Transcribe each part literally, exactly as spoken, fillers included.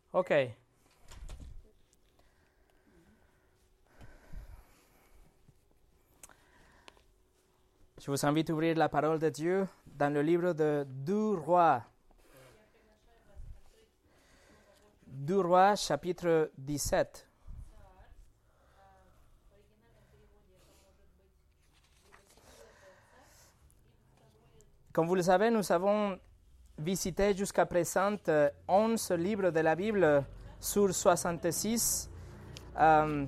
OK. Je vous invite à ouvrir la parole de Dieu dans le livre de deux Rois. deux Rois, chapitre dix-sept. Comme vous le savez, nous avons visité jusqu'à présent onze livres de la Bible sur soixante-six. Euh,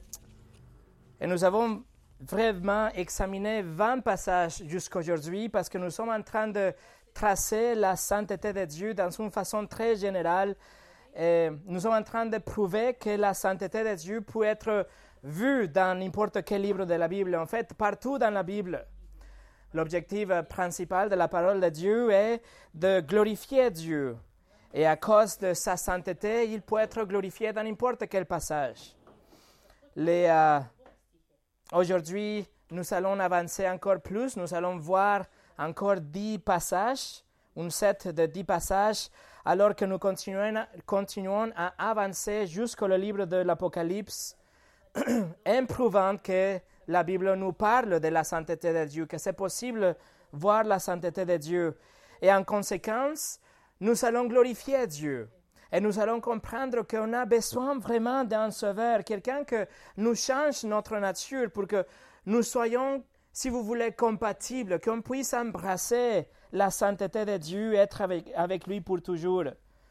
et nous avons vraiment examiné vingt passages jusqu'à aujourd'hui parce que nous sommes en train de tracer la sainteté de Dieu dans une façon très générale. Et nous sommes en train de prouver que la sainteté de Dieu peut être vue dans n'importe quel livre de la Bible. En fait, partout dans la Bible. L'objectif principal de la parole de Dieu est de glorifier Dieu. Et à cause de sa sainteté, il peut être glorifié dans n'importe quel passage. Les, euh, aujourd'hui, nous allons avancer encore plus. Nous allons voir encore dix passages, un set de dix passages, alors que nous continuons, continuons à avancer jusqu'au livre de l'Apocalypse, en prouvant que la Bible nous parle de la sainteté de Dieu, que c'est possible de voir la sainteté de Dieu. Et en conséquence, nous allons glorifier Dieu. Et nous allons comprendre qu'on a besoin vraiment d'un sauveur, quelqu'un qui nous change notre nature pour que nous soyons, si vous voulez, compatibles, qu'on puisse embrasser la sainteté de Dieu et être avec, avec lui pour toujours.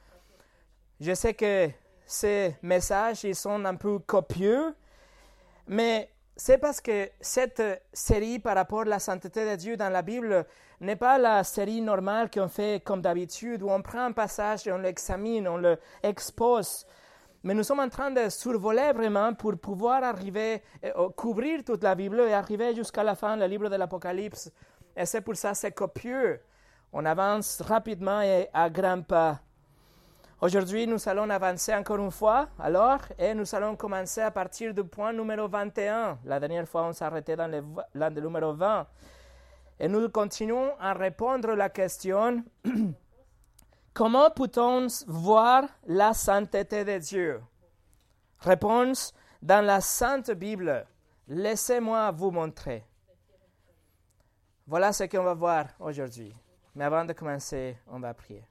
Je sais que ces messages, ils sont un peu copieux, mais c'est parce que cette série par rapport à la sainteté de Dieu dans la Bible n'est pas la série normale qu'on fait comme d'habitude, où on prend un passage et on l'examine, on l'expose. Mais nous sommes en train de survoler vraiment pour pouvoir arriver, euh, couvrir toute la Bible et arriver jusqu'à la fin, le livre de l'Apocalypse. Et c'est pour ça que c'est copieux. On avance rapidement et à grands pas. Aujourd'hui, nous allons avancer encore une fois, alors, et nous allons commencer à partir du point numéro vingt et un. La dernière fois, on s'arrêtait dans le, dans le numéro vingt. Et nous continuons à répondre à la question, comment peut-on voir la sainteté de Dieu? Réponse, dans la Sainte Bible. Laissez-moi vous montrer. Voilà ce qu'on va voir aujourd'hui. Mais avant de commencer, on va prier.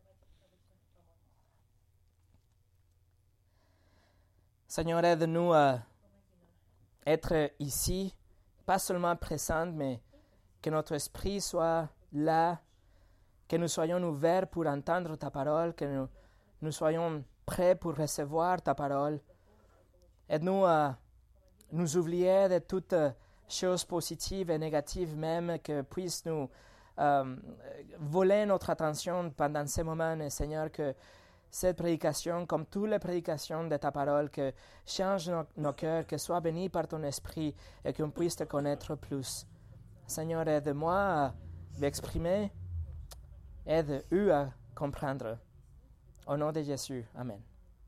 Seigneur, aide-nous à être ici, pas seulement présent, mais que notre esprit soit là, que nous soyons ouverts pour entendre ta parole, que nous, nous soyons prêts pour recevoir ta parole. Aide-nous à nous oublier de toutes choses positives et négatives même qui puissent nous euh, voler notre attention pendant ces moments, et Seigneur, que cette prédication, comme toutes les prédications de ta parole, que change nos, nos cœurs, que soit béni par ton esprit et qu'on puisse te connaître plus. Seigneur, aide-moi à m'exprimer, aide-eux à comprendre. Au nom de Jésus, Amen.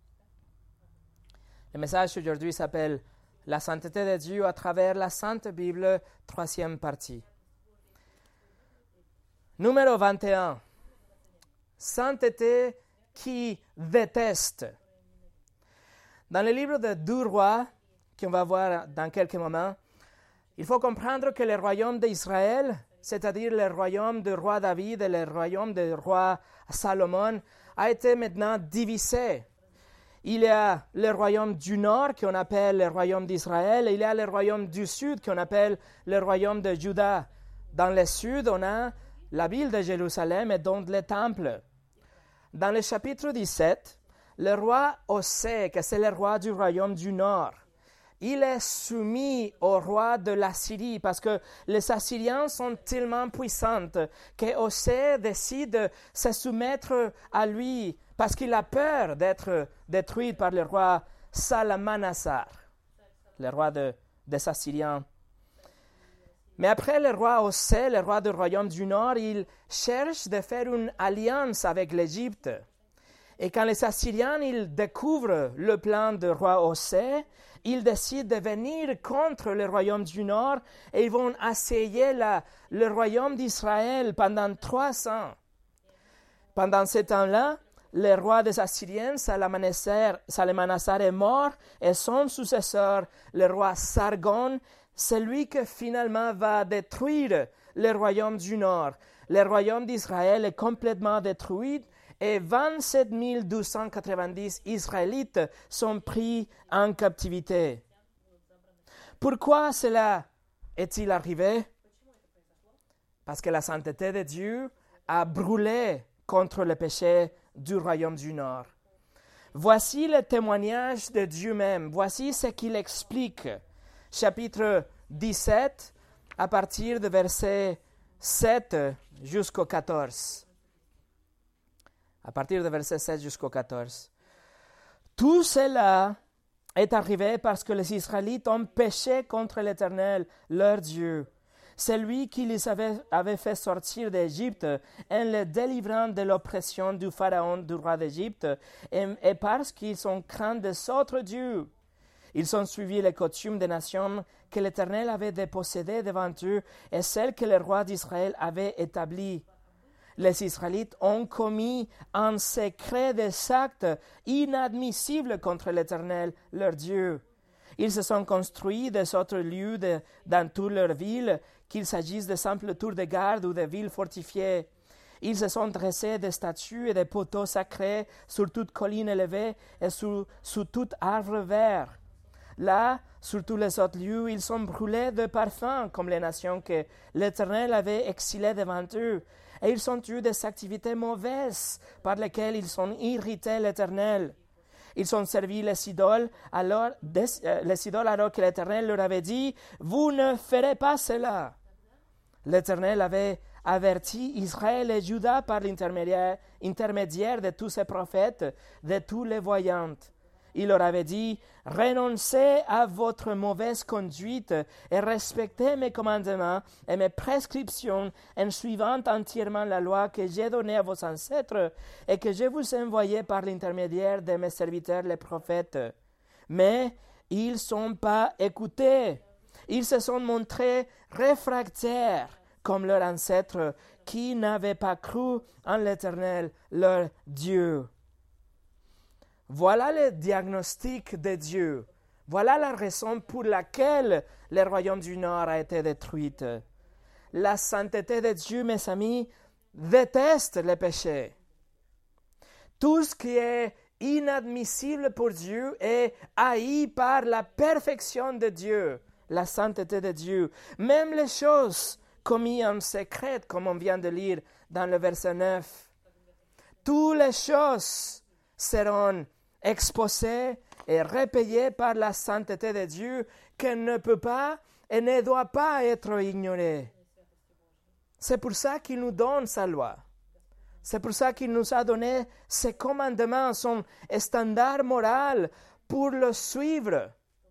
Le message aujourd'hui s'appelle « La sainteté de Dieu à travers la Sainte Bible », troisième partie. Numéro vingt et un. Sainteté qui déteste. Dans le livre de deux Rois, qu'on va voir dans quelques moments, il faut comprendre que le royaume d'Israël, c'est-à-dire le royaume du roi David et le royaume du roi Salomon, a été maintenant divisé. Il y a le royaume du nord qu'on appelle le royaume d'Israël et il y a le royaume du sud qu'on appelle le royaume de Juda. Dans le sud, on a la ville de Jérusalem et donc le temple. Dans le chapitre dix-sept, le roi Osée, que c'est le roi du royaume du nord, il est soumis au roi de l'Assyrie parce que les Assyriens sont tellement puissants que Osée décide de se soumettre à lui parce qu'il a peur d'être détruit par le roi Salmanassar, le roi de, des Assyriens. Mais après le roi Osée, le roi du royaume du nord, il cherche de faire une alliance avec l'Égypte. Et quand les Assyriens ils découvrent le plan du roi Osée, ils décident de venir contre le royaume du nord et ils vont assailler la, le royaume d'Israël pendant trois ans. Pendant ce temps-là, le roi des Assyriens, Salmaneser, Salmaneser est mort, et son successeur, le roi Sargon, c'est lui qui finalement va détruire le royaume du Nord. Le royaume d'Israël est complètement détruit et vingt-sept mille deux cent quatre-vingt-dix Israélites sont pris en captivité. Pourquoi cela est-il arrivé? Parce que la sainteté de Dieu a brûlé contre le péché du royaume du Nord. Voici le témoignage de Dieu même. Voici ce qu'il explique. Chapitre dix-sept, à partir de verset sept jusqu'au quatorze. À partir de verset sept jusqu'au quatorze. Tout cela est arrivé parce que les Israélites ont péché contre l'Éternel, leur Dieu. C'est lui qui les avait, avait fait sortir d'Égypte en les délivrant de l'oppression du Pharaon, du roi d'Égypte, et, et parce qu'ils ont craint des autres dieux. Ils ont suivi les coutumes des nations que l'Éternel avait dépossédées devant eux et celles que le roi d'Israël avait établies. Les Israélites ont commis en secret des actes inadmissibles contre l'Éternel, leur Dieu. Ils se sont construits des autres lieux de, dans toute leur ville, qu'il s'agisse de simples tours de garde ou de villes fortifiées. Ils se sont dressés des statues et des poteaux sacrés sur toute colline élevée et sous, sous tout arbre vert. Là, sur tous les autres lieux, ils sont brûlés de parfums, comme les nations que l'Éternel avait exilées devant eux. Et ils ont eu des activités mauvaises par lesquelles ils ont irrité l'Éternel. Ils ont servi les idoles alors, des, euh, les idoles alors que l'Éternel leur avait dit « Vous ne ferez pas cela ». L'Éternel avait averti Israël et Juda par l'intermédiaire intermédiaire de tous ses prophètes, de tous les voyants. Il leur avait dit « Renoncez à votre mauvaise conduite et respectez mes commandements et mes prescriptions en suivant entièrement la loi que j'ai donnée à vos ancêtres et que je vous ai envoyée par l'intermédiaire de mes serviteurs les prophètes. » Mais ils ne sont pas écoutés. Ils se sont montrés réfractaires comme leurs ancêtres qui n'avaient pas cru en l'Éternel, leur Dieu. Voilà le diagnostic de Dieu. Voilà la raison pour laquelle le royaume du Nord a été détruit. La sainteté de Dieu, mes amis, déteste le péché. Tout ce qui est inadmissible pour Dieu est haï par la perfection de Dieu, la sainteté de Dieu. Même les choses commises en secret, comme on vient de lire dans le verset neuf. Toutes les choses seront exposées et repayées par la sainteté de Dieu, qu'elle ne peut pas et ne doit pas être ignorée. C'est pour ça qu'il nous donne sa loi. C'est pour ça qu'il nous a donné ses commandements, son standard moral pour le suivre.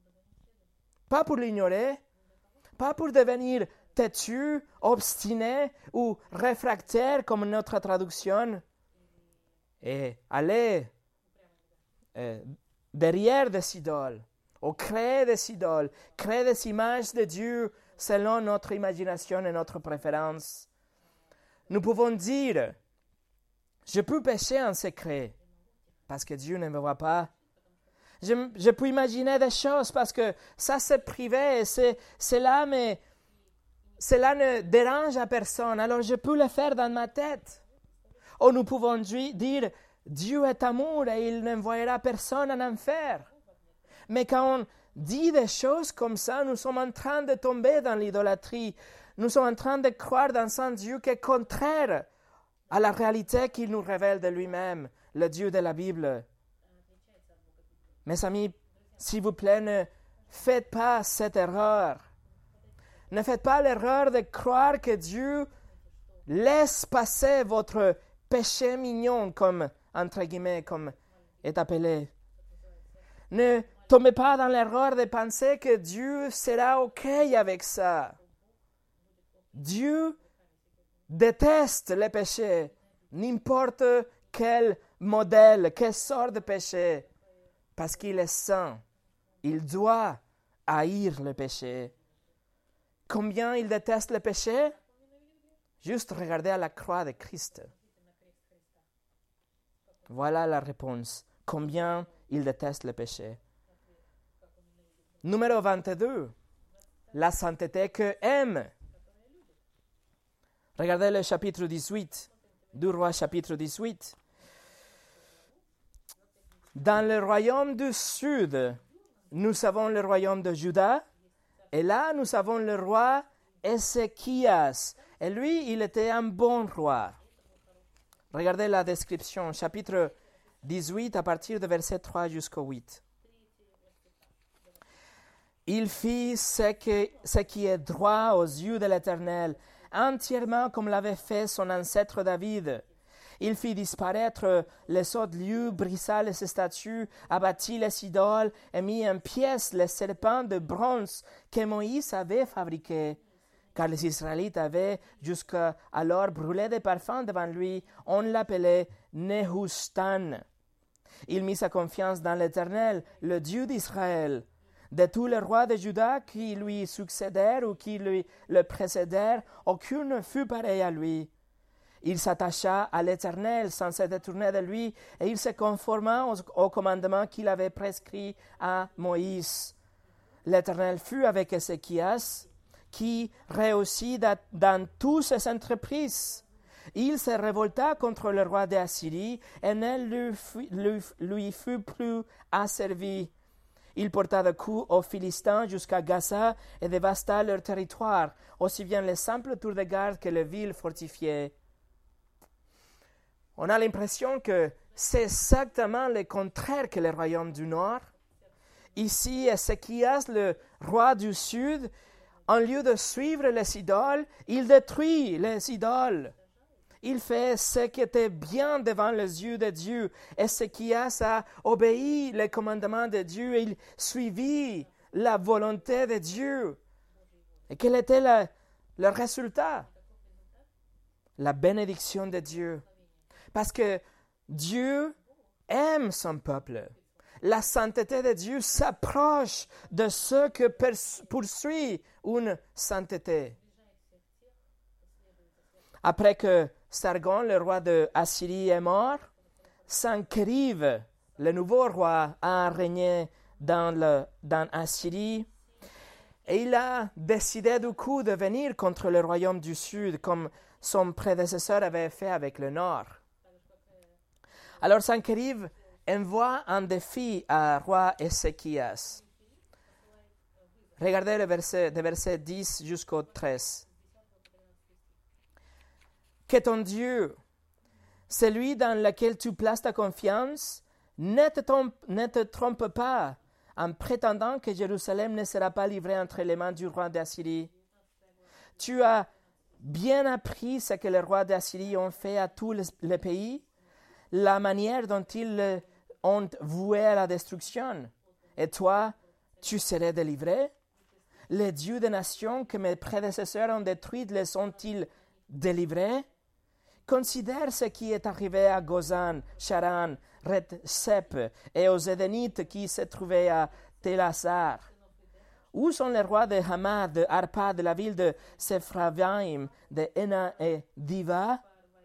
Pas pour l'ignorer, pas pour devenir têtu, obstiné ou réfractaire comme notre traduction. Et aller euh, derrière des idoles, ou créer des idoles, créer des images de Dieu selon notre imagination et notre préférence. Nous pouvons dire, je peux pécher en secret, parce que Dieu ne me voit pas. Je, je peux imaginer des choses, parce que ça c'est privé, et c'est, cela, me, cela ne dérange à personne, alors je peux le faire dans ma tête. Ou nous pouvons dire, Dieu est amour et il n'envoyera personne en enfer. Mais quand on dit des choses comme ça, nous sommes en train de tomber dans l'idolâtrie. Nous sommes en train de croire dans un Dieu qui est contraire à la réalité qu'il nous révèle de lui-même, le Dieu de la Bible. Mes amis, s'il vous plaît, ne faites pas cette erreur. Ne faites pas l'erreur de croire que Dieu laisse passer votre péché mignon, comme, entre guillemets, comme est appelé. Ne tombez pas dans l'erreur de penser que Dieu sera OK avec ça. Dieu déteste les péchés, n'importe quel modèle, quelle sorte de péché, parce qu'il est saint. Il doit haïr le péché. Combien il déteste le péché? Juste regardez à la croix de Christ. Voilà la réponse. Combien il déteste le péché. Numéro vingt-deux. La sainteté que aime. Regardez le chapitre dix-huit, du roi chapitre dix-huit. Dans le royaume du sud, nous avons le royaume de Juda, et là, nous avons le roi Ézéchias. Et lui, il était un bon roi. Regardez la description, chapitre dix-huit, à partir de verset trois jusqu'au huit. Il fit ce, que, ce qui est droit aux yeux de l'Éternel, entièrement comme l'avait fait son ancêtre David. Il fit disparaître les autres lieux, brisa les statues, abattit les idoles et mit en pièces les serpents de bronze que Moïse avait fabriqués. Car les Israélites avaient jusqu'alors brûlé des parfums devant lui. On l'appelait Nehustan. Il mit sa confiance dans l'Éternel, le Dieu d'Israël. De tous les rois de Juda qui lui succédèrent ou qui lui le précédèrent, aucun ne fut pareil à lui. Il s'attacha à l'Éternel sans se détourner de lui, et il se conforma aux, aux commandements qu'il avait prescrits à Moïse. L'Éternel fut avec Ézéchias, qui réussit dans, dans toutes ses entreprises. Il se révolta contre le roi d'Assyrie et ne lui fut, lui, lui fut plus asservi. Il porta des coups aux Philistins jusqu'à Gaza et dévasta leur territoire, aussi bien les simples tours de garde que les villes fortifiées. On a l'impression que c'est exactement le contraire que le royaume du Nord. Ici, Ézéchias, le roi du Sud, en lieu de suivre les idoles, il détruit les idoles. Il fait ce qui était bien devant les yeux de Dieu. Ézéchias a obéi les commandements de Dieu. Il suivit la volonté de Dieu. Et quel était le, le résultat? La bénédiction de Dieu. Parce que Dieu aime son peuple. La sainteté de Dieu s'approche de ceux qui poursuivent une sainteté. Après que Sargon, le roi de Assyrie, est mort, Sancheriv, le nouveau roi, a régné dans, le, dans Assyrie. Et il a décidé du coup de venir contre le royaume du Sud, comme son prédécesseur avait fait avec le Nord. Alors Sancheriv envoie un défi à roi Ézéchias. Regardez le verset, de verset dix jusqu'au treize. Que ton Dieu, celui dans lequel tu places ta confiance, ne te trompe, ne te trompe pas en prétendant que Jérusalem ne sera pas livrée entre les mains du roi d'Assyrie. Tu as bien appris ce que les rois d'Assyrie ont fait à tous les, les pays, la manière dont ils ont voué à la destruction. Et toi, tu serais délivré? Les dieux des nations que mes prédécesseurs ont détruites les ont-ils délivrés? Considère ce qui est arrivé à Gozan, Charan, Retsep et aux Édénites qui se trouvaient à Télassar. Où sont les rois de Hamad, de Arpad, de la ville de Sepharvaim, de Ena et Diva?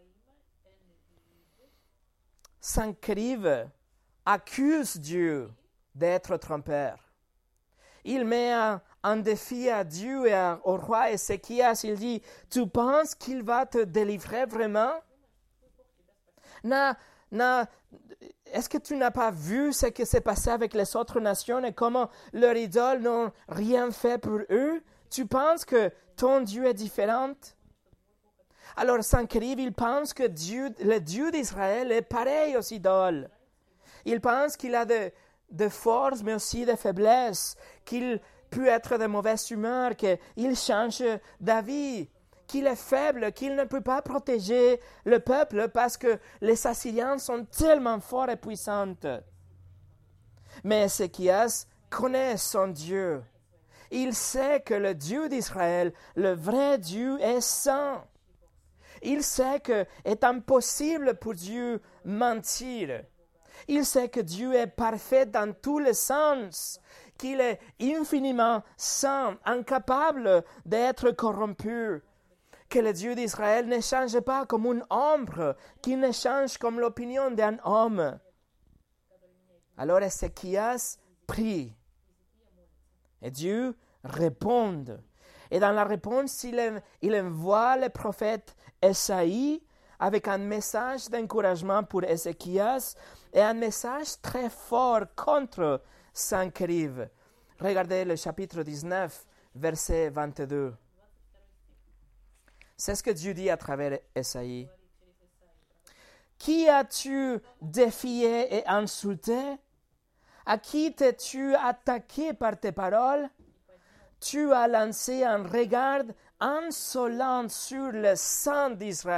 Sancheriv accuse Dieu d'être trompeur. Il met un, un défi à Dieu et à, au roi Ézéchias. Il dit, tu penses qu'il va te délivrer vraiment? Na, na, est-ce que tu n'as pas vu ce qui s'est passé avec les autres nations et comment leurs idoles n'ont rien fait pour eux? Tu penses que ton Dieu est différent? Alors Sancheriv, il pense que Dieu, le Dieu d'Israël est pareil aux idoles. Il pense qu'il a de, de force, mais aussi de faiblesse, qu'il peut être de mauvaise humeur, qu'il change d'avis, qu'il est faible, qu'il ne peut pas protéger le peuple parce que les Assyriens sont tellement forts et puissants. Mais Ézéchias connaît son Dieu. Il sait que le Dieu d'Israël, le vrai Dieu, est saint. Il sait que est impossible pour Dieu mentir. Il sait que Dieu est parfait dans tous les sens, qu'il est infiniment saint, incapable d'être corrompu, que le Dieu d'Israël ne change pas comme une ombre, qu'il ne change comme l'opinion d'un homme. Alors Ézéchias prie. Et Dieu répond. Et dans la réponse, il, il envoie le prophète Esaïe avec un message d'encouragement pour Ézéchias et un message très fort contre Sancheriv. Regardez le chapitre dix-neuf, verset vingt-deux. C'est ce que Dieu dit à travers Esaïe. « Qui as-tu défié et insulté? À qui t'es-tu attaqué par tes paroles? Tu as lancé un regard insolent sur le sang d'Israël. »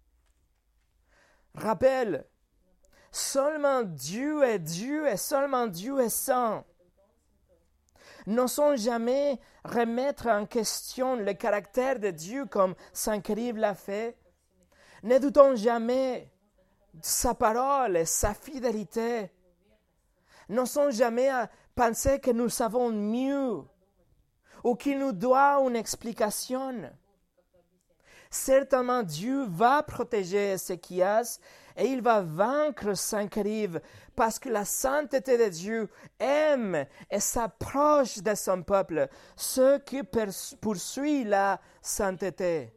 Rappelle, seulement Dieu est Dieu et seulement Dieu est saint. N'osons jamais remettre en question le caractère de Dieu comme Sancheriv l'a fait. Ne doutons jamais sa parole et sa fidélité. N'osons jamais penser que nous savons mieux ou qu'il nous doit une explication. Certainement, Dieu va protéger Ézéchias et il va vaincre Sancheriv parce que la sainteté de Dieu aime et s'approche de son peuple, ceux qui poursuivent la sainteté.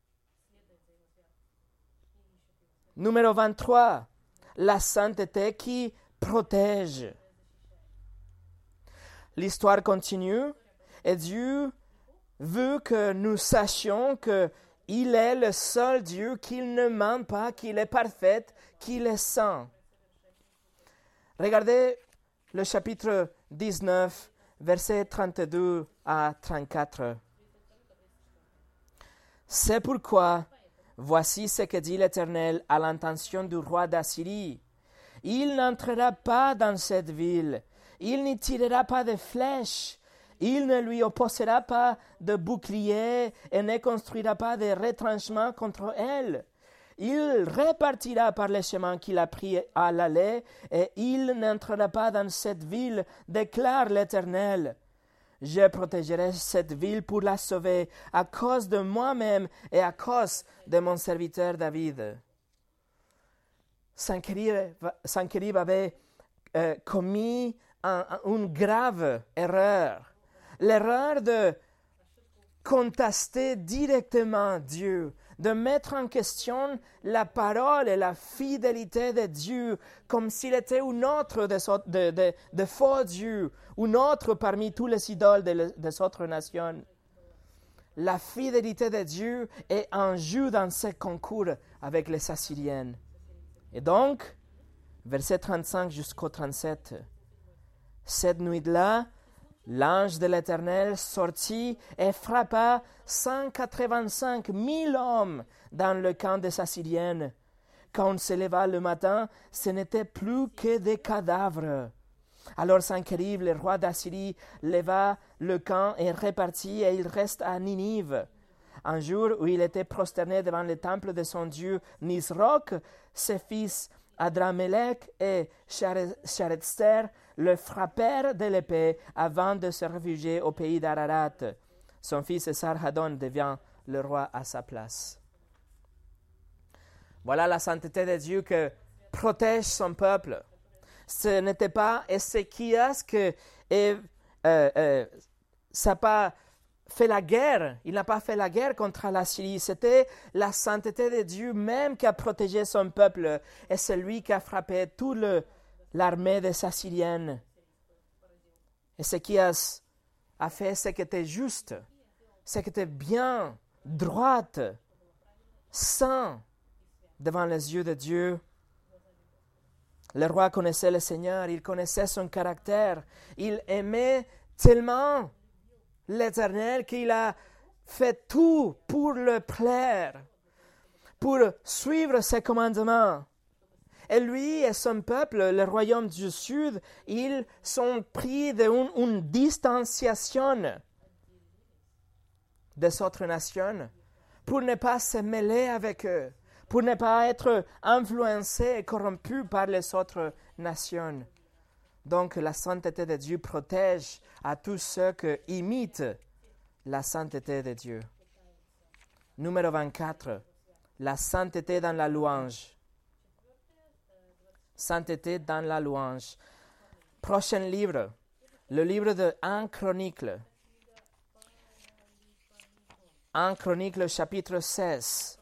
Numéro vingt-trois, la sainteté qui protège. L'histoire continue et Dieu veut que nous sachions que il est le seul Dieu, qu'il ne ment pas, qu'il est parfait, qu'il est saint. Regardez le chapitre dix-neuf, versets trente-deux à trente-quatre. C'est pourquoi, voici ce que dit l'Éternel à l'intention du roi d'Assyrie. Il n'entrera pas dans cette ville, il n'y tirera pas de flèches, il ne lui opposera pas de bouclier et ne construira pas de retranchements contre elle. Il repartira par les chemins qu'il a pris à l'aller et il n'entrera pas dans cette ville, déclare l'Éternel. Je protégerai cette ville pour la sauver à cause de moi-même et à cause de mon serviteur David. Sancheriv avait euh, commis un, une grave erreur. L'erreur de contester directement Dieu, de mettre en question la parole et la fidélité de Dieu comme s'il était un autre de, de, de, de faux dieux, un autre parmi tous les idoles des de autres nations. La fidélité de Dieu est en jeu dans ce concours avec les Assyriens. Et donc, verset trente-cinq jusqu'au trente-sept, cette nuit-là, l'ange de l'Éternel sortit et frappa cent quatre-vingt-cinq mille hommes dans le camp des Assyriens. Quand on se leva le matin, ce n'était plus que des cadavres. Alors Sancheriv, le roi d'Assyrie, leva le camp et repartit, et il reste à Ninive. Un jour où il était prosterné devant le temple de son dieu Nisroch, ses fils Adramélec et Sharezer le frappèrent de l'épée avant de se réfugier au pays d'Ararat. Son fils Esarhaddon devient le roi à sa place. Voilà la sainteté de Dieu qui protège son peuple. Ce n'était pas Ézéchias qui euh, euh, n'a pas fait la guerre. Il n'a pas fait la guerre contre la Syrie. C'était la sainteté de Dieu même qui a protégé son peuple. Et c'est lui qui a frappé toute l'armée des Assyriens. Ézéchias a fait ce qui était juste, ce qui était bien, droit, saint devant les yeux de Dieu. Le roi connaissait le Seigneur, il connaissait son caractère, il aimait tellement l'Éternel qu'il a fait tout pour le plaire, pour suivre ses commandements. Et lui et son peuple, le royaume du Sud, ils sont pris d'une une distanciation des autres nations pour ne pas se mêler avec eux, pour ne pas être influencés et corrompus par les autres nations. Donc la sainteté de Dieu protège à tous ceux qui imitent la sainteté de Dieu. Numéro vingt-quatre, la sainteté dans la louange. Sainteté dans la louange. Prochain livre, le livre de un Chronique. un Chronique, chapitre seize.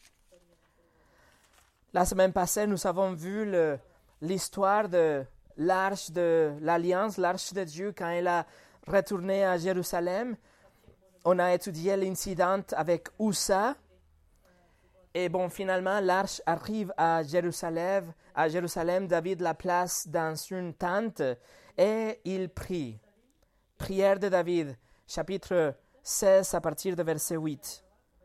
La semaine passée, nous avons vu le, l'histoire de l'arche de l'Alliance, l'arche de Dieu, quand elle a retourné à Jérusalem. On a étudié l'incident avec Ussa. Et bon, finalement, l'arche arrive à Jérusalem. À Jérusalem, David la place dans une tente et il prie. Prière de David, chapitre seize, à partir de verset huit.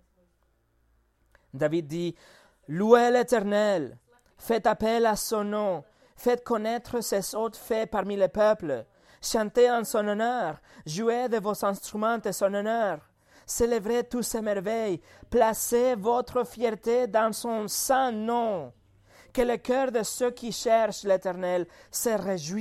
David dit, « Louez l'Éternel, faites appel à son nom, faites connaître ses hautes faits parmi les peuples. Chantez en son honneur, jouez de vos instruments en son honneur. Célébrez tous ses merveilles, placez votre fierté dans son saint nom. Que le cœur de ceux qui cherchent l'Éternel se réjouisse. »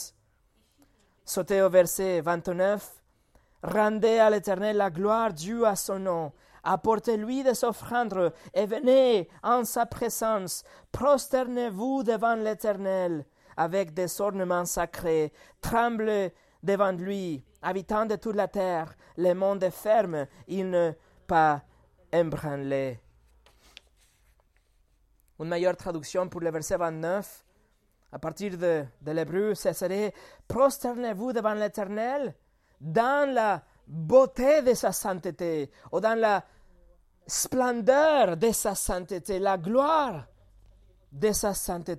Sautez au verset vingt-neuf. « Rendez à l'Éternel la gloire due à son nom. Apportez-lui des offrandes et venez en sa présence. Prosternez-vous devant l'Éternel avec des ornements sacrés. Tremblez devant lui, habitants de toute la terre. Le monde est ferme, il ne pas ébranlé. » Une meilleure traduction pour le verset vingt-neuf, à partir de, de l'hébreu, ce serait « Prosternez-vous devant l'Éternel dans la beauté de sa sainteté, ou dans la splendeur de sa sainteté, la gloire de sa sainteté. »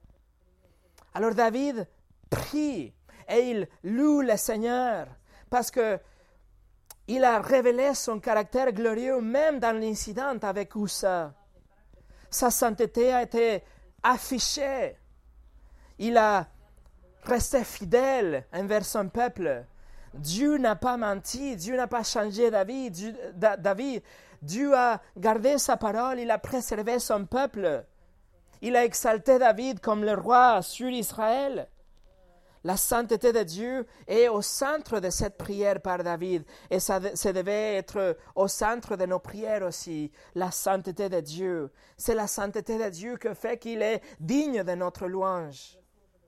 Alors David prie et il loue le Seigneur parce que il a révélé son caractère glorieux même dans l'incident avec Ussa. Sa sainteté a été affichée. Il a resté fidèle envers son peuple. Dieu n'a pas menti, Dieu n'a pas changé David. Dieu, da, David. Dieu a gardé sa parole, il a préservé son peuple. Il a exalté David comme le roi sur Israël. La sainteté de Dieu est au centre de cette prière par David. Et ça, ça devait être au centre de nos prières aussi. La sainteté de Dieu. C'est la sainteté de Dieu qui fait qu'il est digne de notre louange.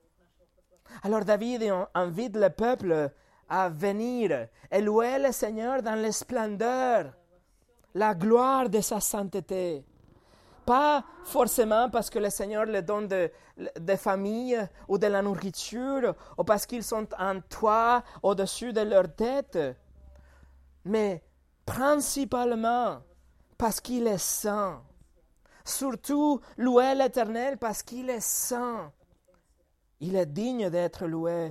Alors David invite le peuple à venir et louer le Seigneur dans la splendeur, la gloire de sa sainteté. Pas forcément parce que le Seigneur leur donne de, de famille ou de la nourriture ou parce qu'ils sont en toit au-dessus de leur tête, mais principalement parce qu'il est saint. Surtout, louer l'Éternel parce qu'il est saint. Il est digne d'être loué.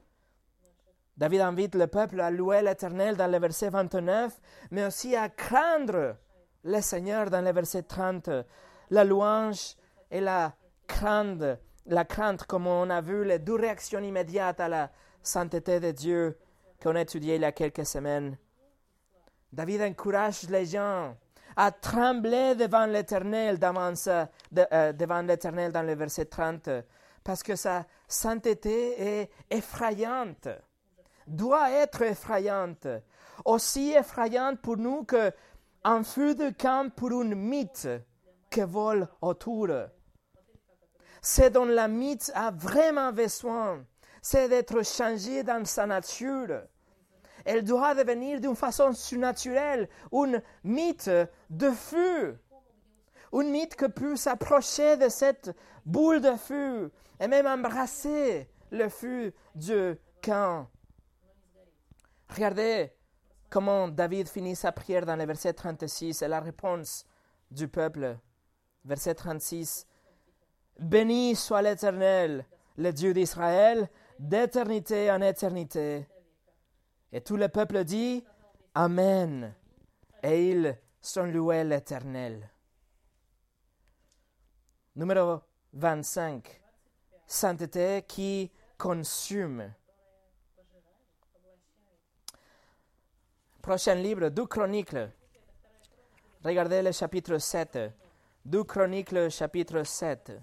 David invite le peuple à louer l'Éternel dans le verset vingt-neuf, mais aussi à craindre le Seigneur dans le verset trente. La louange et la crainte, la crainte, comme on a vu, les deux réactions immédiates à la sainteté de Dieu qu'on a étudié il y a quelques semaines. David encourage les gens à trembler devant l'Éternel, devant, de, euh, devant l'Éternel dans le verset trente, parce que sa sainteté est effrayante, doit être effrayante, aussi effrayante pour nous qu'un feu de camp pour une mythe qui vole autour. Ce dont la mythe a vraiment besoin, c'est d'être changée dans sa nature. Elle doit devenir d'une façon surnaturelle une mythe de feu. Une mythe qui peut s'approcher de cette boule de feu et même embrasser le feu du camp. Regardez comment David finit sa prière dans le verset trente-six et la réponse du peuple. Verset trente-six. « Béni soit l'Éternel, le Dieu d'Israël, d'éternité en éternité. » Et tout le peuple dit « Amen. » Et ils sont loués l'Éternel. Numéro vingt-cinq. Sainteté qui consume. Prochain livre, deux Chroniques. Regardez le chapitre sept. deux Chroniques, chapitre sept.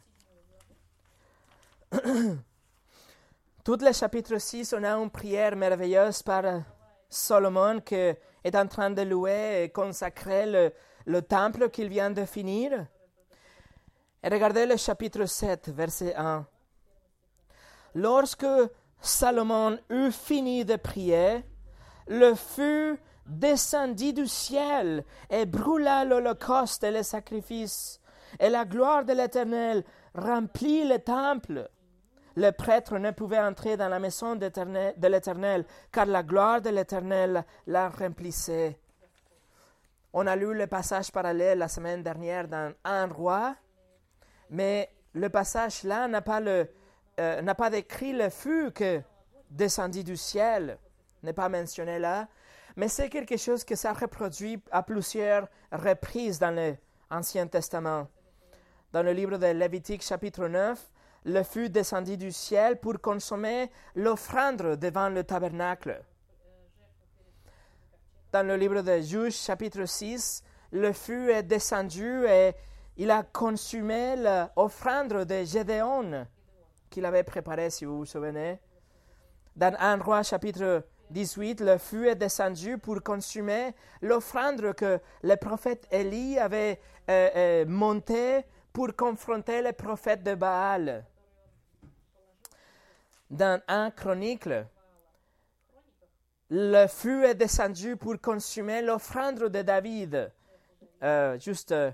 Tout le chapitre six, on a une prière merveilleuse par Salomon qui est en train de louer et consacrer le, le temple qu'il vient de finir. Et regardez le chapitre sept, verset un. Lorsque Salomon eut fini de prier, le feu descendit du ciel et brûla l'holocauste et les sacrifices, et la gloire de l'Éternel remplit le temple. Le prêtre ne pouvait entrer dans la maison de l'Éternel, car la gloire de l'Éternel la remplissait. On a lu le passage parallèle la semaine dernière dans Un roi, mais le passage là n'a pas, le, euh, n'a pas décrit le feu qui descendit du ciel, n'est pas mentionné là, mais c'est quelque chose que ça reproduit à plusieurs reprises dans l'Ancien Testament. Dans le livre de Lévitique chapitre neuf, le feu descendit du ciel pour consommer l'offrande devant le tabernacle. Dans le livre de Juges chapitre six, le feu est descendu et il a consumé l'offrande de Gédéon qu'il avait préparée, si vous vous souvenez. Dans un roi chapitre dix-huit, le feu est descendu pour consumer l'offrande que le prophète Élie avait euh, euh, montée pour confronter les prophètes de Baal. Dans un Chronique, le feu est descendu pour consumer l'offrande de David. Euh, juste euh,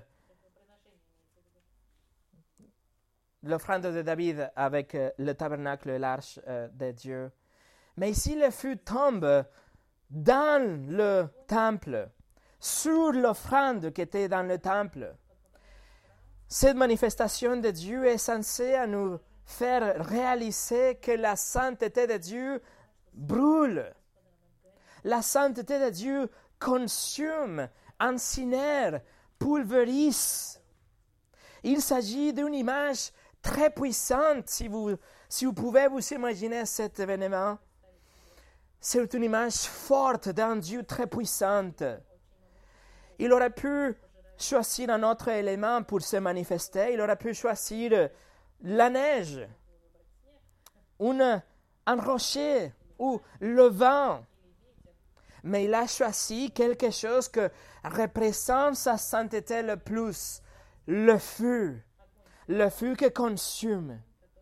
l'offrande de David avec euh, le tabernacle et l'arche euh, de Dieu. Mais ici, le feu tombe dans le temple, sur l'offrande qui était dans le temple. Cette manifestation de Dieu est censée à nous faire réaliser que la sainteté de Dieu brûle. La sainteté de Dieu consume, incinère, pulvérise. Il s'agit d'une image très puissante, si vous, si vous pouvez vous imaginer cet événement. C'est une image forte d'un Dieu très puissant. Il aurait pu choisir un autre élément pour se manifester. Il aurait pu choisir la neige, une, un rocher ou le vent. Mais il a choisi quelque chose que représente sa sainteté le plus, le feu, le feu qui consume.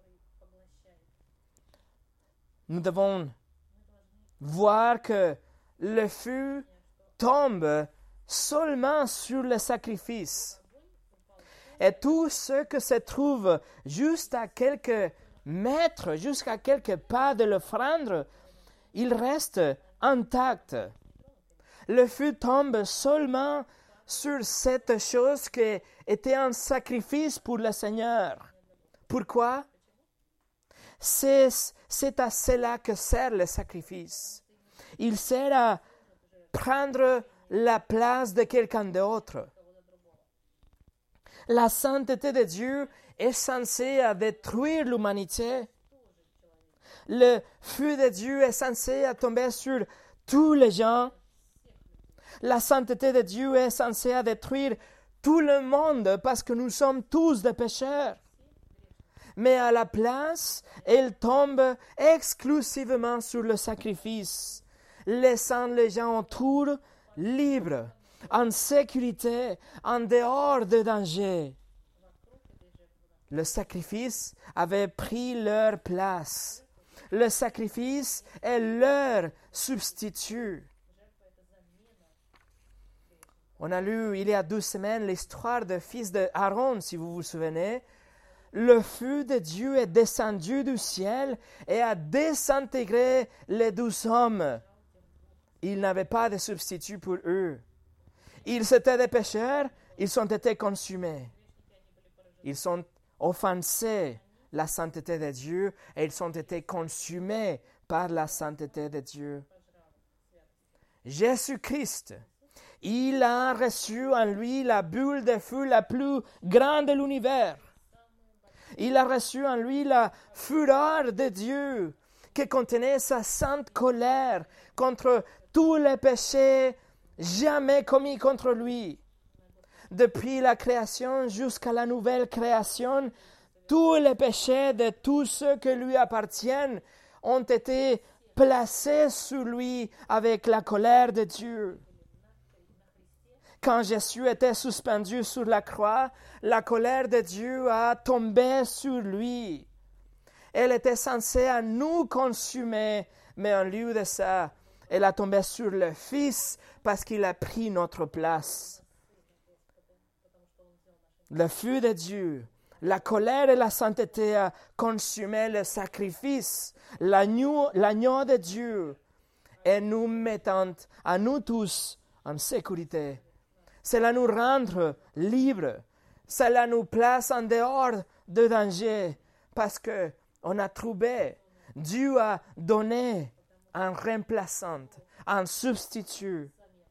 Nous devons voir que le feu tombe seulement sur le sacrifice. Et tout ce qui se trouve juste à quelques mètres, jusqu'à quelques pas de l'offrande, il reste intact. Le feu tombe seulement sur cette chose qui était un sacrifice pour le Seigneur. Pourquoi? C'est, c'est à cela que sert le sacrifice. Il sert à prendre la place de quelqu'un d'autre. La sainteté de Dieu est censée à détruire l'humanité. Le feu de Dieu est censé à tomber sur tous les gens. La sainteté de Dieu est censée à détruire tout le monde parce que nous sommes tous des pécheurs. Mais à la place, elle tombe exclusivement sur le sacrifice, laissant les gens autour libres, en sécurité, en dehors de danger. Le sacrifice avait pris leur place. Le sacrifice est leur substitut. On a lu il y a deux semaines l'histoire du fils d'Aaron, si vous vous souvenez. Le feu de Dieu est descendu du ciel et a désintégré les douze hommes. Il n'avait pas de substitut pour eux. Ils étaient des pécheurs, ils ont été consumés. Ils ont offensé la sainteté de Dieu et ils ont été consumés par la sainteté de Dieu. Jésus-Christ, il a reçu en lui la bulle de feu la plus grande de l'univers. Il a reçu en lui la fureur de Dieu qui contenait sa sainte colère contre tous les péchés jamais commis contre lui. Depuis la création jusqu'à la nouvelle création, tous les péchés de tous ceux qui lui appartiennent ont été placé sur lui avec la colère de Dieu. Quand Jésus était suspendu sur la croix, la colère de Dieu a tombé sur lui. Elle était censée à nous consumer, mais en lieu de ça, elle a tombé sur le Fils parce qu'il a pris notre place. Le feu de Dieu, la colère et la sainteté a consumé le sacrifice, l'agneau, l'agneau de Dieu, et nous mettant à nous tous en sécurité. Cela nous rend libres. Cela nous place en dehors de danger parce qu'on a trouvé, Dieu a donné un remplaçant, un substitut.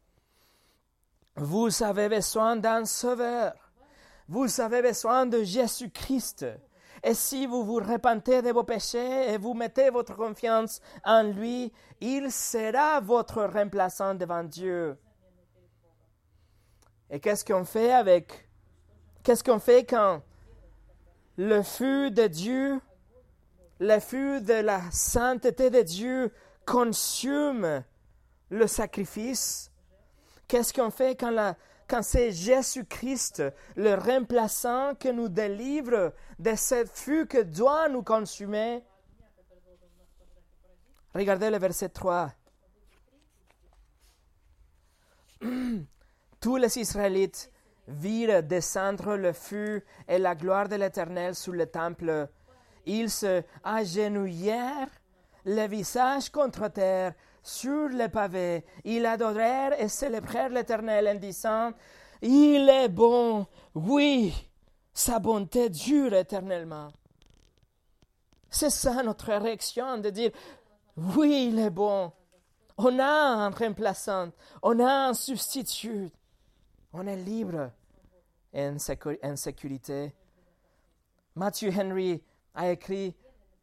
Vous avez besoin d'un sauveur. Vous avez besoin de Jésus-Christ. Et si vous vous repentez de vos péchés et vous mettez votre confiance en lui, il sera votre remplaçant devant Dieu. Et qu'est-ce qu'on fait avec, qu'est-ce qu'on fait quand le feu de Dieu, le feu de la sainteté de Dieu consume le sacrifice? Qu'est-ce qu'on fait quand, la, quand c'est Jésus-Christ, le remplaçant, qui nous délivre de ce feu que doit nous consumer? Regardez le verset trois. Tous les Israélites virent descendre le feu et la gloire de l'Éternel sur le temple. Ils se agenouillèrent, le visage contre terre, sur le pavé. Ils adorèrent et célébrèrent l'Éternel en disant, « Il est bon, oui, sa bonté dure éternellement. » C'est ça notre réaction, de dire, « Oui, il est bon. » On a un remplaçant, on a un substitut. On est libre et en, sécu- en sécurité. Matthew Henry a écrit,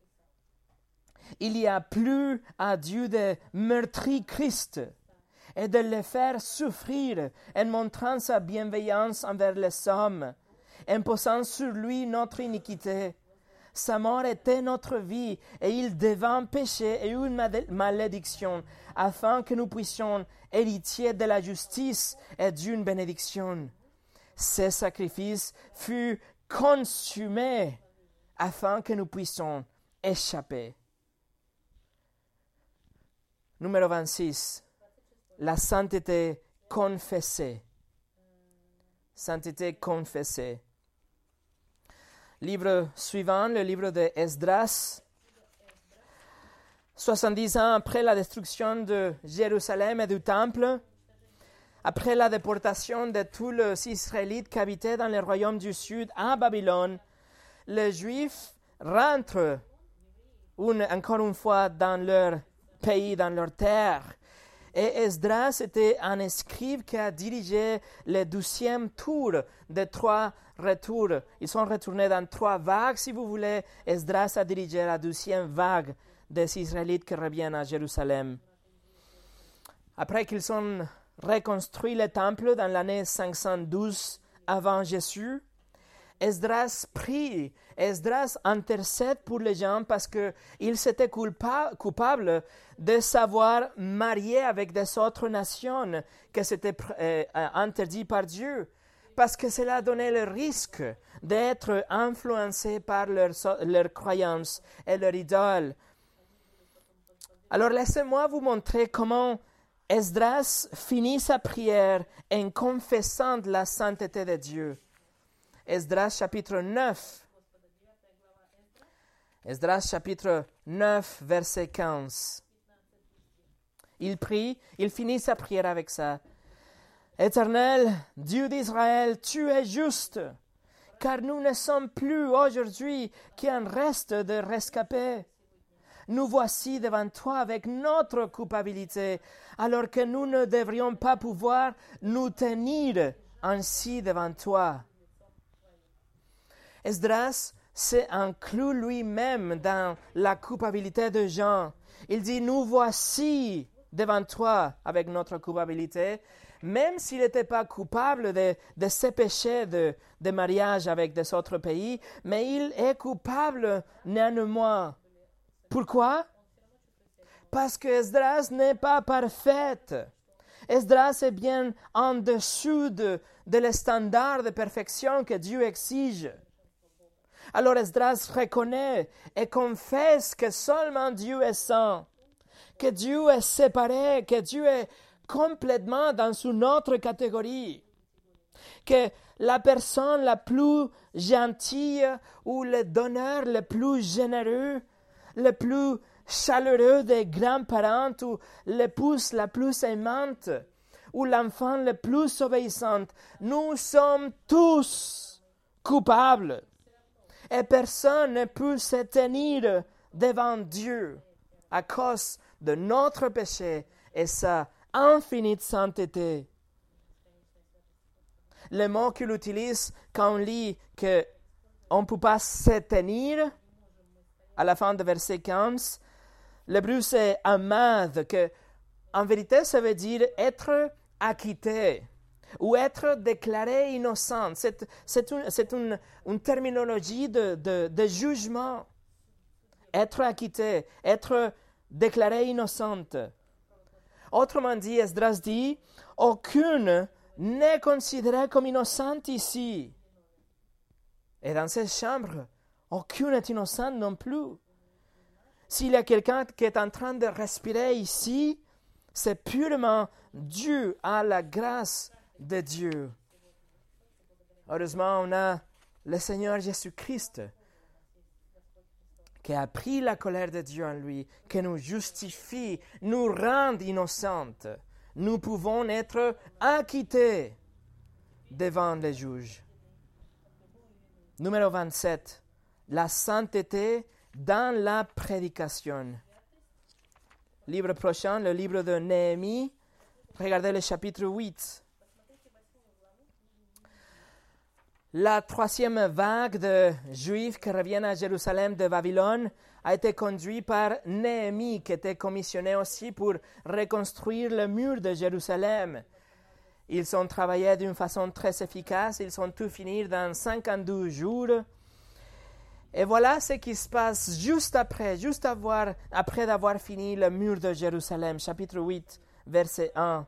« Il y a plus à Dieu de meurtrir Christ et de le faire souffrir en montrant sa bienveillance envers les hommes, en posant sur lui notre iniquité. Sa mort était notre vie et il devint péché et une malédiction, afin que nous puissions héritiers de la justice et d'une bénédiction. Ce sacrifice fut consumé afin que nous puissions échapper. » Numéro vingt-six. La sainteté confessée. Sainteté confessée. Livre suivant, le livre de Esdras. soixante-dix ans après la destruction de Jérusalem et du Temple, après la déportation de tous les Israélites qui habitaient dans le royaume du Sud à Babylone, les Juifs rentrent une, encore une fois dans leur pays, dans leur terre. Et Esdras était un scribe qui a dirigé le douzième tour de trois retours. Ils sont retournés dans trois vagues, si vous voulez. Esdras a dirigé la douzième vague des Israélites qui reviennent à Jérusalem. Après qu'ils ont reconstruit le temple dans l'année cinq cent douze avant Jésus, Esdras prie, Esdras intercède pour les gens parce qu'ils s'étaient culpa- coupables de savoir marier avec des autres nations, que c'était euh, interdit par Dieu, parce que cela donnait le risque d'être influencés par leurs leur croyances et leurs idoles. Alors laissez-moi vous montrer comment Esdras finit sa prière en confessant la sainteté de Dieu. Esdras chapitre neuf. Esdras chapitre neuf, verset quinze. Il prie, il finit sa prière avec ça. « Éternel, Dieu d'Israël, tu es juste, car nous ne sommes plus aujourd'hui qu'un reste de rescapés. Nous voici devant toi avec notre culpabilité, alors que nous ne devrions pas pouvoir nous tenir ainsi devant toi. » Esdras s'est inclus lui-même dans la culpabilité de Jean. Il dit, nous voici devant toi avec notre culpabilité, même s'il n'était pas coupable de, de ses péchés de, de mariage avec des autres pays, mais il est coupable néanmoins. Pourquoi? Parce que Esdras n'est pas parfaite. Esdras est bien en dessous de, de les standards de perfection que Dieu exige. Alors Esdras reconnaît et confesse que seulement Dieu est saint, que Dieu est séparé, que Dieu est complètement dans une autre catégorie, que la personne la plus gentille ou le donneur le plus généreux, le plus chaleureux des grands-parents ou l'épouse la plus aimante ou l'enfant le plus obéissant, nous sommes tous coupables. Et personne ne peut se tenir devant Dieu à cause de notre péché et sa infinie sainteté. Le mot qu'il utilise quand on lit qu'on ne peut pas se tenir, à la fin de verset quinze, l'hébreu c'est amad, que en vérité ça veut dire être acquitté ou être déclaré innocent. C'est, c'est, une, c'est une, une terminologie de, de, de jugement. Être acquitté, être déclaré innocente. Autrement dit, Esdras dit, aucune n'est considérée comme innocente ici. Et dans cette chambre, aucune n'est innocente non plus. S'il y a quelqu'un qui est en train de respirer ici, c'est purement dû à la grâce de Dieu. Heureusement, on a le Seigneur Jésus-Christ qui a pris la colère de Dieu en lui, qui nous justifie, nous rend innocentes. Nous pouvons être acquittés devant les juges. Numéro vingt-sept. La sainteté dans la prédication. Livre prochain, le livre de Néhémie. Regardez le chapitre huit. La troisième vague de Juifs qui reviennent à Jérusalem de Babylone a été conduite par Néhémie, qui était commissionné aussi pour reconstruire le mur de Jérusalem. Ils ont travaillé d'une façon très efficace, ils ont tout fini dans cinquante-deux jours. Et voilà ce qui se passe juste après, juste avoir, après d'avoir fini le mur de Jérusalem, chapitre huit, verset un.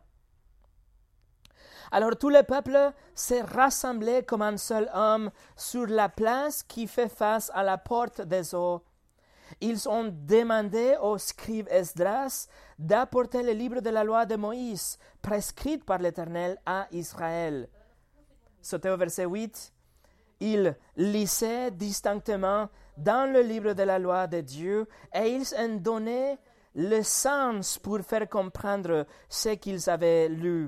Alors tout le peuple s'est rassemblé comme un seul homme sur la place qui fait face à la porte des eaux. Ils ont demandé au scribe Esdras d'apporter le livre de la loi de Moïse, prescrite par l'Éternel à Israël. Sautez au verset huit. Ils lisaient distinctement dans le livre de la loi de Dieu et ils en donnaient le sens pour faire comprendre ce qu'ils avaient lu.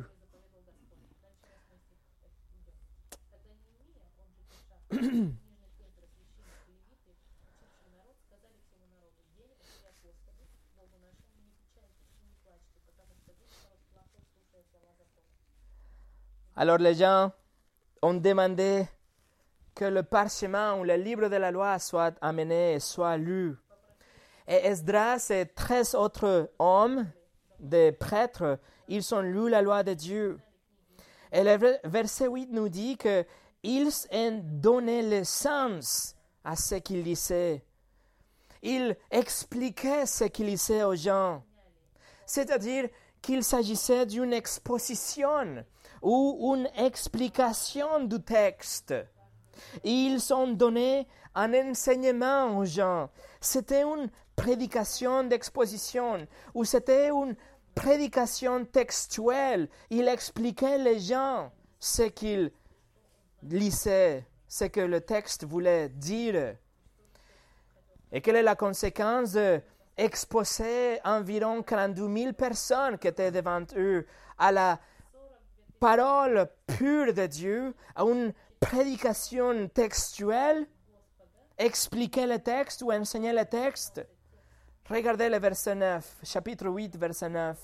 Alors les gens ont demandé que le parchemin ou le livre de la loi soit amené et soit lu. Et Esdras et treize autres hommes, des prêtres, ils ont lu la loi de Dieu. Et le verset huit nous dit qu'ils ont donné le sens à ce qu'ils lisaient. Ils expliquaient ce qu'ils lisaient aux gens. C'est-à-dire qu'il s'agissait d'une exposition ou une explication du texte. Ils ont donné un enseignement aux gens. C'était une prédication d'exposition ou c'était une prédication textuelle. Il expliquait les gens ce qu'ils lisaient, ce que le texte voulait dire. Et quelle est la conséquence d'exposer environ quarante-deux mille personnes qui étaient devant eux à la parole pure de Dieu, à une prédication textuelle, expliquer le texte ou enseigner le texte? Regardez le verset neuf, chapitre huit, verset neuf.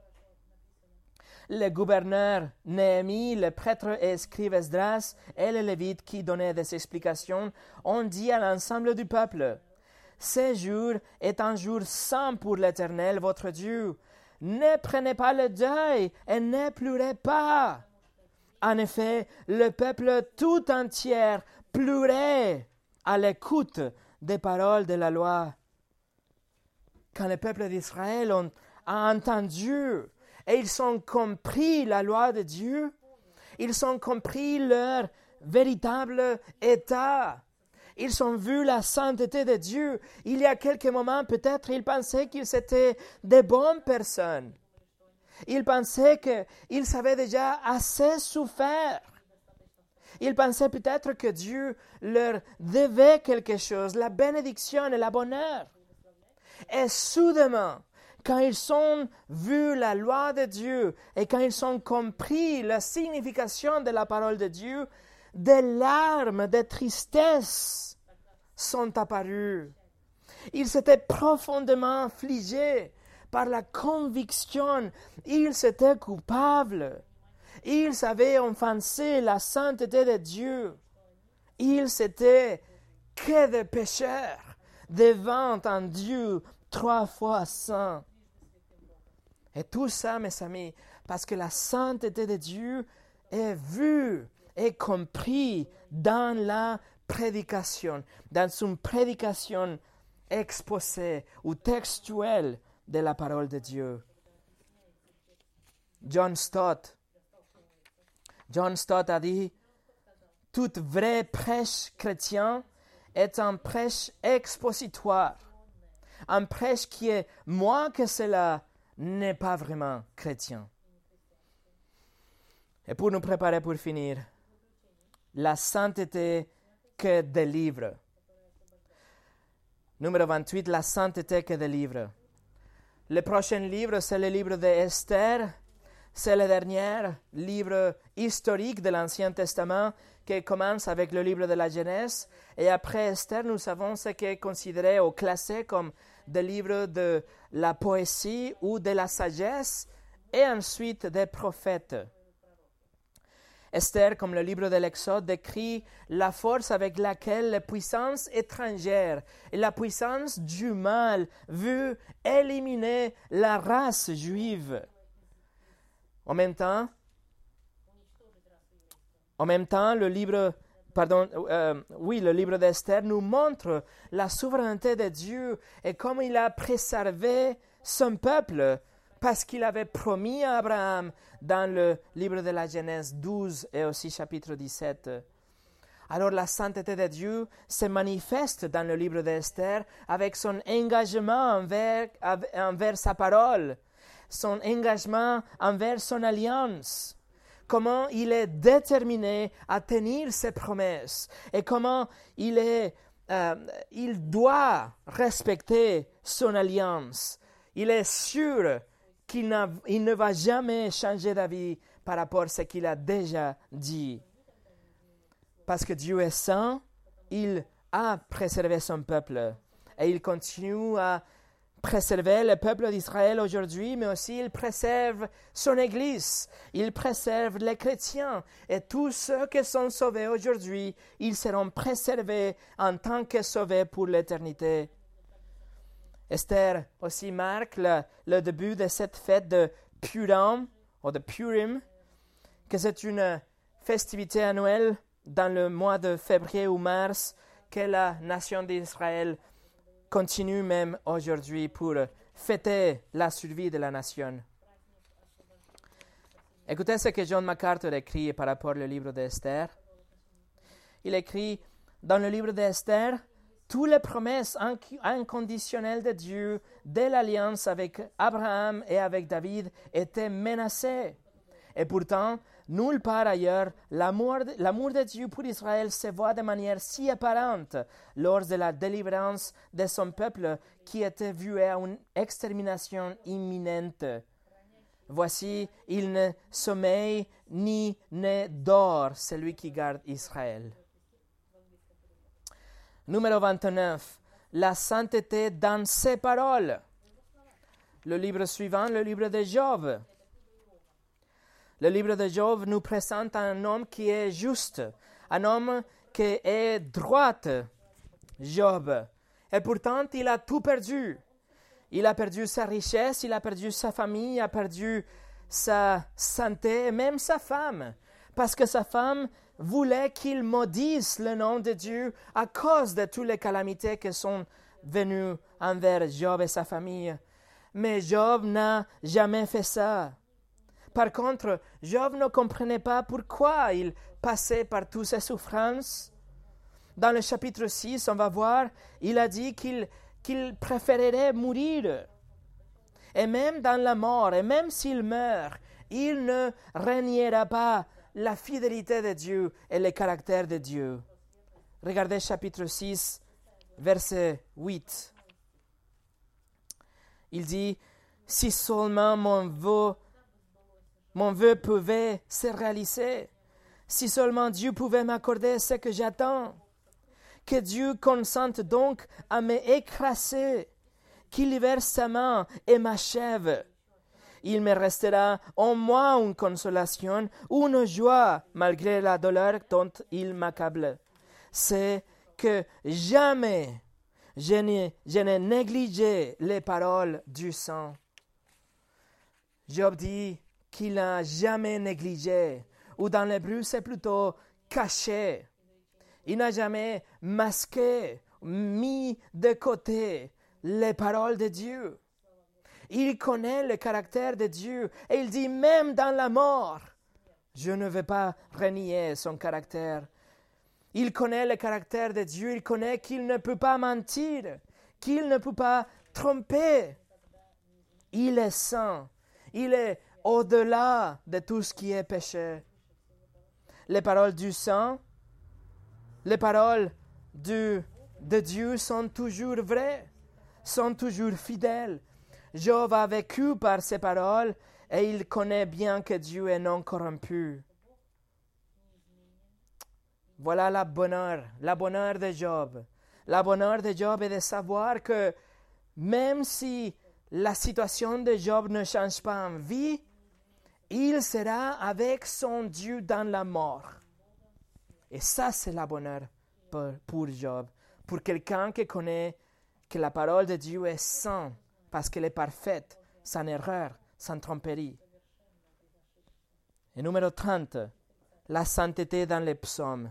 Le gouverneur Néhémie, le prêtre et scribe Esdras et les Lévites qui donnaient des explications ont dit à l'ensemble du peuple: ce jour est un jour saint pour l'Éternel, votre Dieu. Ne prenez pas le deuil et ne pleurez pas. En effet, le peuple tout entier pleurait à l'écoute des paroles de la loi. quand le peuple d'Israël ont, a entendu et ils ont compris la loi de Dieu, ils ont compris leur véritable état. Ils ont vu la sainteté de Dieu. Il y a quelques moments, peut-être, ils pensaient qu'ils étaient des bonnes personnes. Ils pensaient qu'ils avaient déjà assez souffert. Ils pensaient peut-être que Dieu leur devait quelque chose, la bénédiction et le bonheur. Et soudainement, quand ils ont vu la loi de Dieu et quand ils ont compris la signification de la parole de Dieu, des larmes de tristesse sont apparues. Ils étaient profondément affligés par la conviction. Ils étaient coupables. Ils avaient offensé la sainteté de Dieu. Ils étaient que des pécheurs devant un Dieu trois fois saint. Et tout ça, mes amis, parce que la sainteté de Dieu est vue et comprise dans la prédication, dans une prédication exposée ou textuelle de la parole de Dieu. John Stott, John Stott a dit, « Toute vraie prêche chrétienne est un prêche expositoire, un prêche qui est moins que cela n'est pas vraiment chrétien. » Et pour nous préparer pour finir, la sainteté que délivre. Numéro vingt-huit, la sainteté que délivre. Le prochain livre, c'est le livre d'Esther. C'est le dernier livre historique de l'Ancien Testament qui commence avec le livre de la Genèse. Et après Esther, nous avons ce qui est considéré ou classé comme des livres de la poésie ou de la sagesse et ensuite des prophètes. Esther, comme le livre de l'Exode, décrit la force avec laquelle les puissances étrangères et la puissance du mal veulent éliminer la race juive. En même temps, en même temps, le livre, pardon, euh, oui, le livre d'Esther nous montre la souveraineté de Dieu et comment il a préservé son peuple parce qu'il avait promis à Abraham dans le livre de la Genèse douze et aussi chapitre dix-sept. Alors la sainteté de Dieu se manifeste dans le livre d'Esther avec son engagement envers, envers sa parole, son engagement envers son alliance, comment il est déterminé à tenir ses promesses et comment il, est, euh, il doit respecter son alliance. Il est sûr qu'il n'a, il ne va jamais changer d'avis par rapport à ce qu'il a déjà dit. Parce que Dieu est saint, il a préservé son peuple et il continue à préserver le peuple d'Israël aujourd'hui, mais aussi il préserve son Église, il préserve les chrétiens et tous ceux qui sont sauvés aujourd'hui, ils seront préservés en tant que sauvés pour l'éternité. Esther aussi marque le, le début de cette fête de Purim, ou de Purim, que c'est une festivité annuelle dans le mois de février ou mars que la nation d'Israël continue même aujourd'hui pour fêter la survie de la nation. Écoutez ce que John MacArthur écrit par rapport au livre d'Esther. Il écrit, dans le livre d'Esther, toutes les promesses inconditionnelles de Dieu de l'alliance avec Abraham et avec David étaient menacées. Et pourtant, nulle part ailleurs, l'amour de, l'amour de Dieu pour Israël se voit de manière si apparente lors de la délivrance de son peuple qui était voué à une extermination imminente. Voici, il ne sommeille ni ne dort celui qui garde Israël. Numéro vingt-neuf, la sainteté dans ses paroles. Le livre suivant, le livre de Job. Le livre de Job nous présente un homme qui est juste, un homme qui est droit, Job. Et pourtant, il a tout perdu. Il a perdu sa richesse, il a perdu sa famille, il a perdu sa santé, même sa femme. Parce que sa femme voulait qu'il maudisse le nom de Dieu à cause de toutes les calamités qui sont venu envers Job et sa famille. Mais Job n'a jamais fait ça. Par contre, Job ne comprenait pas pourquoi il passait par toutes ces souffrances. Dans le chapitre six, on va voir, il a dit qu'il, qu'il préférerait mourir. Et même dans la mort, et même s'il meurt, il ne reniera pas la fidélité de Dieu et le caractère de Dieu. Regardez chapitre six, verset huit. Il dit, « Si seulement mon vœu, mon vœu pouvait se réaliser, si seulement Dieu pouvait m'accorder ce que j'attends, que Dieu consente donc à m'écraser, qu'il libère sa main et m'achève. Il me restera au moins une consolation, une joie, malgré la douleur dont il m'accable. C'est que jamais je n'ai, je n'ai négligé les paroles du sang. » Job dit qu'il n'a jamais négligé, ou dans l'hébreu c'est plutôt caché. Il n'a jamais masqué, mis de côté les paroles de Dieu. Il connaît le caractère de Dieu et il dit même dans la mort, je ne vais pas renier son caractère. Il connaît le caractère de Dieu, il connaît qu'il ne peut pas mentir, qu'il ne peut pas tromper. Il est saint, il est au-delà de tout ce qui est péché. Les paroles du sang, les paroles du, de Dieu sont toujours vraies, sont toujours fidèles. Job a vécu par ces paroles et il connaît bien que Dieu est non corrompu. Voilà la bonheur, la bonheur de Job. La bonheur de Job est de savoir que même si la situation de Job ne change pas en vie, il sera avec son Dieu dans la mort. Et ça, c'est la bonheur pour, pour Job, pour quelqu'un qui connaît que la parole de Dieu est sainte, parce qu'elle est parfaite, sans erreur, sans tromperie. Et numéro trente, la sainteté dans les psaumes.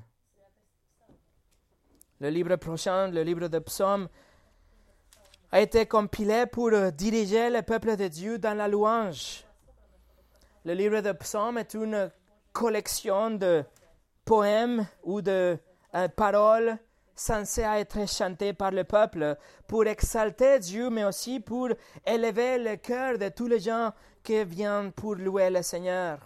Le livre prochain, le livre des psaumes, a été compilé pour diriger le peuple de Dieu dans la louange. Le livre des psaumes est une collection de poèmes ou de euh, paroles censées être chantées par le peuple pour exalter Dieu, mais aussi pour élever le cœur de tous les gens qui viennent pour louer le Seigneur.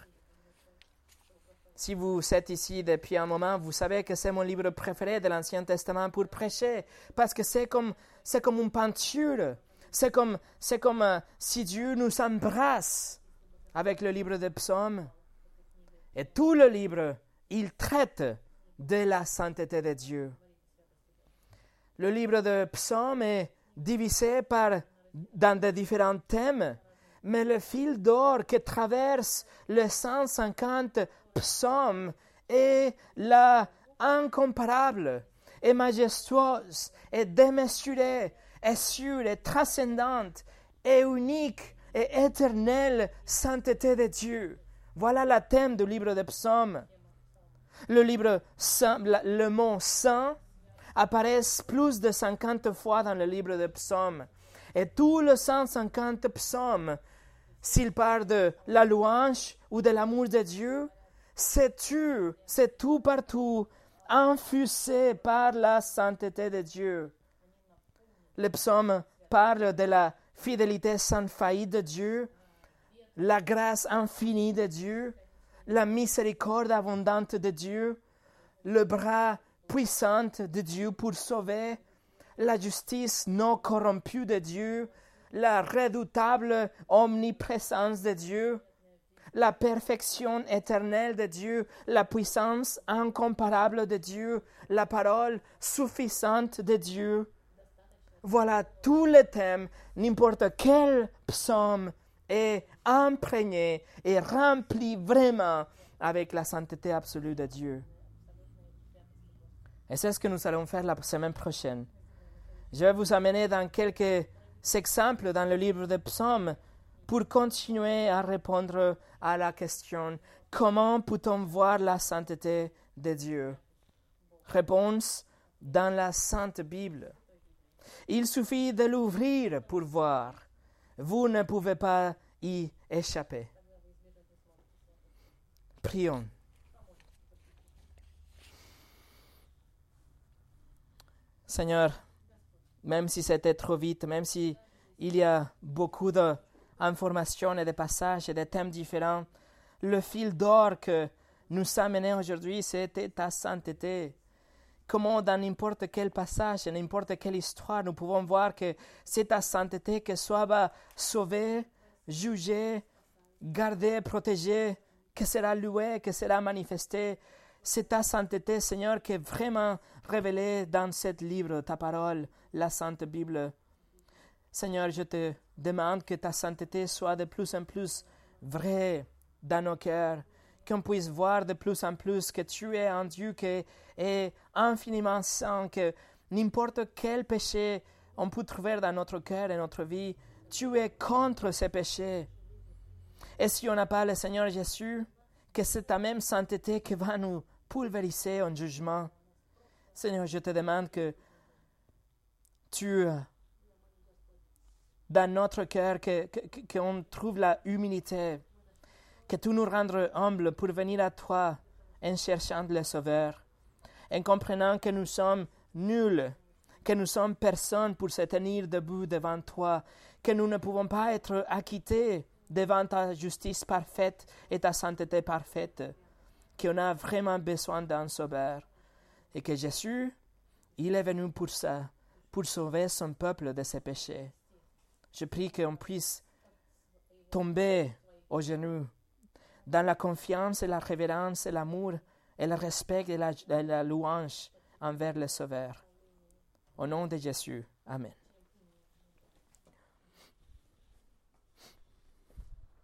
Si vous êtes ici depuis un moment, vous savez que c'est mon livre préféré de l'Ancien Testament pour prêcher, parce que c'est comme, c'est comme une peinture, c'est comme, c'est comme euh, si Dieu nous embrasse avec le livre des psaumes. Et tout le livre, il traite de la sainteté de Dieu. Le livre des psaumes est divisé par, dans de différents thèmes, mais le fil d'or qui traverse les cent cinquante psaumes est la incomparable et majestueuse et démesurée et sûre et transcendante et unique et éternelle sainteté de Dieu. Voilà le thème du livre des psaumes. Le livre saint, le mot saint apparaît plus de cinquante fois dans le livre des psaumes. Et tous les cent cinquante psaumes, s'ils parlent de la louange ou de l'amour de Dieu, c'est tout, c'est tout partout infusé par la sainteté de Dieu. Les psaumes parlent de la fidélité sans faillite de Dieu, la grâce infinie de Dieu, la miséricorde abondante de Dieu, le bras puissant de Dieu pour sauver, la justice non corrompue de Dieu, la redoutable omniprésence de Dieu, la perfection éternelle de Dieu, la puissance incomparable de Dieu, la parole suffisante de Dieu. Voilà tous les thèmes, n'importe quel psaume est imprégné et rempli vraiment avec la sainteté absolue de Dieu. Et c'est ce que nous allons faire la semaine prochaine. Je vais vous amener dans quelques exemples dans le livre des psaumes pour continuer à répondre à la question « Comment peut-on voir la sainteté de Dieu ?» Réponse dans la Sainte Bible. Il suffit de l'ouvrir pour voir. Vous ne pouvez pas y échapper. Prions. Seigneur, même si c'était trop vite, même si il y a beaucoup d'informations et de passages et de thèmes différents, le fil d'or que nous amené aujourd'hui, c'était ta sainteté. Comment dans n'importe quel passage, n'importe quelle histoire, nous pouvons voir que c'est ta sainteté qui soit sauvée, jugée, gardée, protégée, qui sera louée, qui sera manifestée. C'est ta sainteté, Seigneur, qui est vraiment révélée dans ce livre, ta parole, la Sainte Bible. Seigneur, je te demande que ta sainteté soit de plus en plus vraie dans nos cœurs, qu'on puisse voir de plus en plus que tu es un Dieu qui est infiniment saint, que n'importe quel péché on peut trouver dans notre cœur et notre vie, tu es contre ces péchés. Et si on n'a pas le Seigneur Jésus, que c'est ta même sainteté qui va nous pulvériser en jugement. Seigneur, je te demande que tu, dans notre cœur, que, que, qu'on trouve la humilité, que tu nous rendes humbles pour venir à toi en cherchant le Sauveur, en comprenant que nous sommes nuls, que nous sommes personne pour se tenir debout devant toi, que nous ne pouvons pas être acquittés devant ta justice parfaite et ta sainteté parfaite, qu'on a vraiment besoin d'un Sauveur, et que Jésus, il est venu pour ça, pour sauver son peuple de ses péchés. Je prie qu'on puisse tomber aux genoux dans la confiance et la révérence et l'amour et le respect et la, et la louange envers le Sauveur. Au nom de Jésus. Amen.